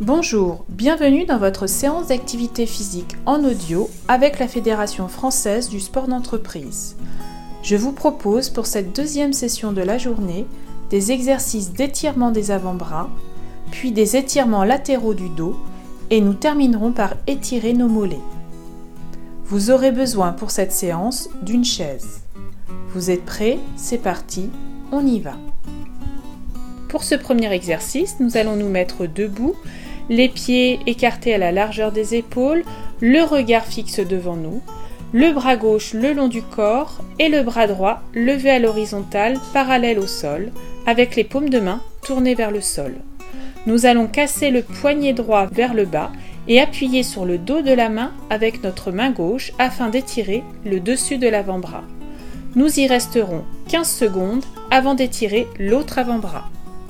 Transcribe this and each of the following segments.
Bonjour, bienvenue dans votre séance d'activité physique en audio avec la Fédération française du sport d'entreprise. Je vous propose pour cette deuxième session de la journée des exercices d'étirement des avant-bras, puis des étirements latéraux du dos et nous terminerons par étirer nos mollets. Vous aurez besoin pour cette séance d'une chaise. Vous êtes prêts? C'est parti, on y va. Pour ce premier exercice, nous allons nous mettre debout, les pieds écartés à la largeur des épaules, le regard fixe devant nous, le bras gauche le long du corps et le bras droit levé à l'horizontale parallèle au sol, avec les paumes de main tournées vers le sol. Nous allons casser le poignet droit vers le bas et appuyer sur le dos de la main avec notre main gauche afin d'étirer le dessus de l'avant-bras. Nous y resterons 15 secondes avant d'étirer l'autre avant-bras.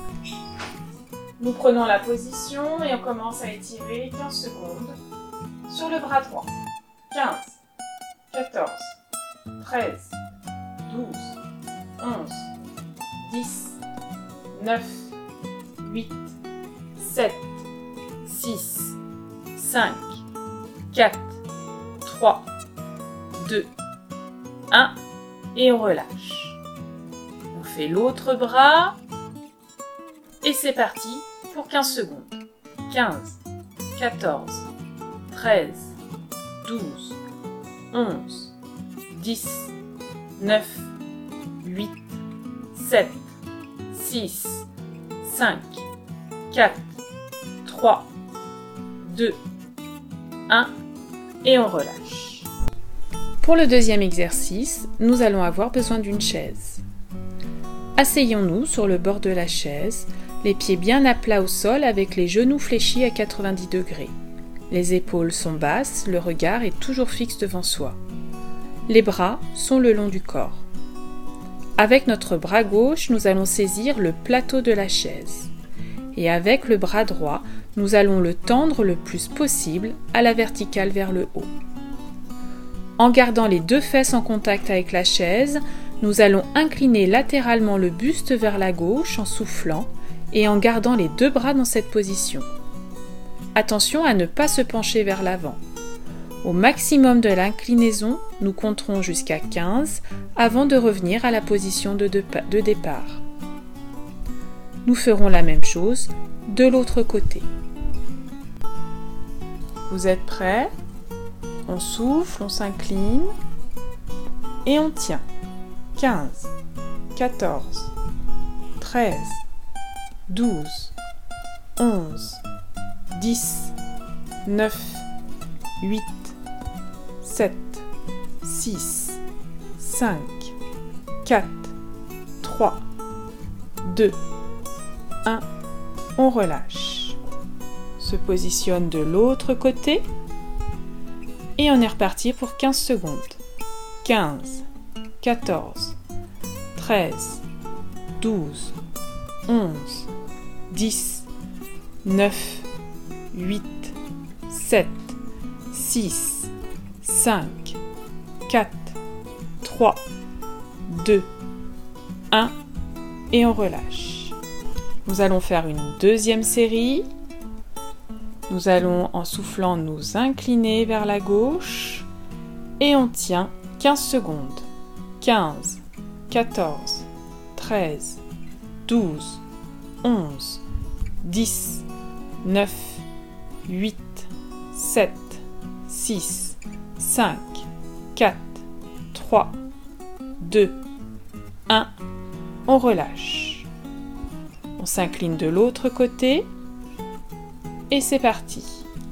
Nous prenons la position et on commence à étirer 15 secondes sur le bras droit. 15, 14, 13, 12, 11, 10, 9, 8, 7, 6, 5, 4, 3, 2, 1 et on relâche. On fait l'autre bras et c'est parti pour 15 secondes. 15, 14, 13, 12, 11, 10, 9, 8, 7, 6, 5, 4, 3, 2, 1 et on relâche. Pour le deuxième exercice, nous allons avoir besoin d'une chaise. Asseyons-nous sur le bord de la chaise, les pieds bien à plat au sol avec les genoux fléchis à 90 degrés. Les épaules sont basses, le regard est toujours fixe devant soi. Les bras sont le long du corps. Avec notre bras gauche, nous allons saisir le plateau de la chaise. Et avec le bras droit, nous allons le tendre le plus possible à la verticale vers le haut. En gardant les deux fesses en contact avec la chaise, nous allons incliner latéralement le buste vers la gauche en soufflant et en gardant les deux bras dans cette position. Attention à ne pas se pencher vers l'avant. Au maximum de l'inclinaison, nous compterons jusqu'à 15 avant de revenir à la position de départ. Nous ferons la même chose de l'autre côté. Vous êtes prêts? On souffle, on s'incline et on tient. 15, 14, 13, 12, 11, 10, 9, 8, 7, 6, 5, 4, 3, 2, 1. On relâche. Se positionne de l'autre côté et on est reparti pour 15 secondes. 15, 14, 13, 12, 11, 10, 9, 8, 7, 6, 5, 4, 3, 2, 1 et on relâche. Nous allons faire une deuxième série. Nous allons en soufflant nous incliner vers la gauche et on tient 15 secondes. 15, 14, 13, 12, 11, 10, 9, 8, 7, 6, 5, 4, 3, 2, 1. On relâche. On s'incline de l'autre côté et c'est parti.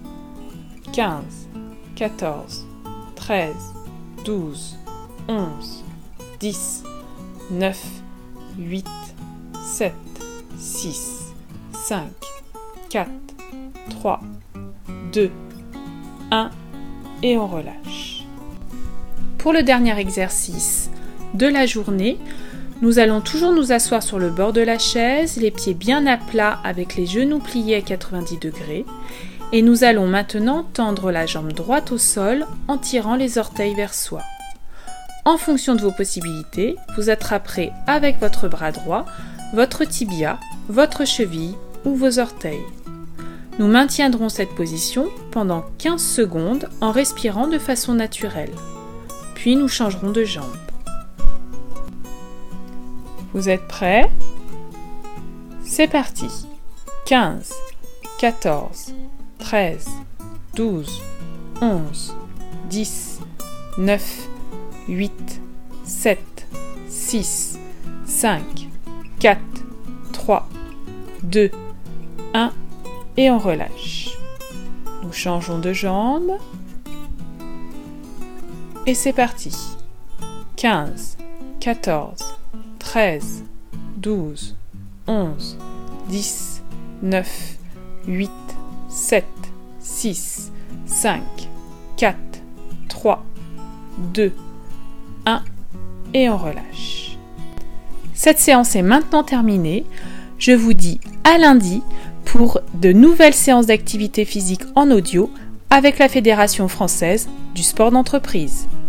15, 14, 13, 12, 11, 10, 9, 8, 7, 6, 5, 4, 3, 2, 1 et on relâche. Pour le dernier exercice de la journée, nous allons toujours nous asseoir sur le bord de la chaise, les pieds bien à plat avec les genoux pliés à 90 degrés et nous allons maintenant tendre la jambe droite au sol en tirant les orteils vers soi. En fonction de vos possibilités, vous attraperez avec votre bras droit votre tibia, votre cheville ou vos orteils. Nous maintiendrons cette position pendant 15 secondes en respirant de façon naturelle. Puis nous changerons de jambe. Vous êtes prêts? C'est parti. 15, 14, 13, 12, 11, 10, 9, 8, 7, 6, 5, 4, 3, 2, 1 et on relâche. Nous changeons de jambe et c'est parti. 15, 14, 13, 12, 11, 10, 9, 8, 7, 6, 5, 4, 3, 2, 1 et on relâche. Cette séance est maintenant terminée. Je vous dis à lundi pour de nouvelles séances d'activité physique en audio avec la Fédération française du sport d'entreprise.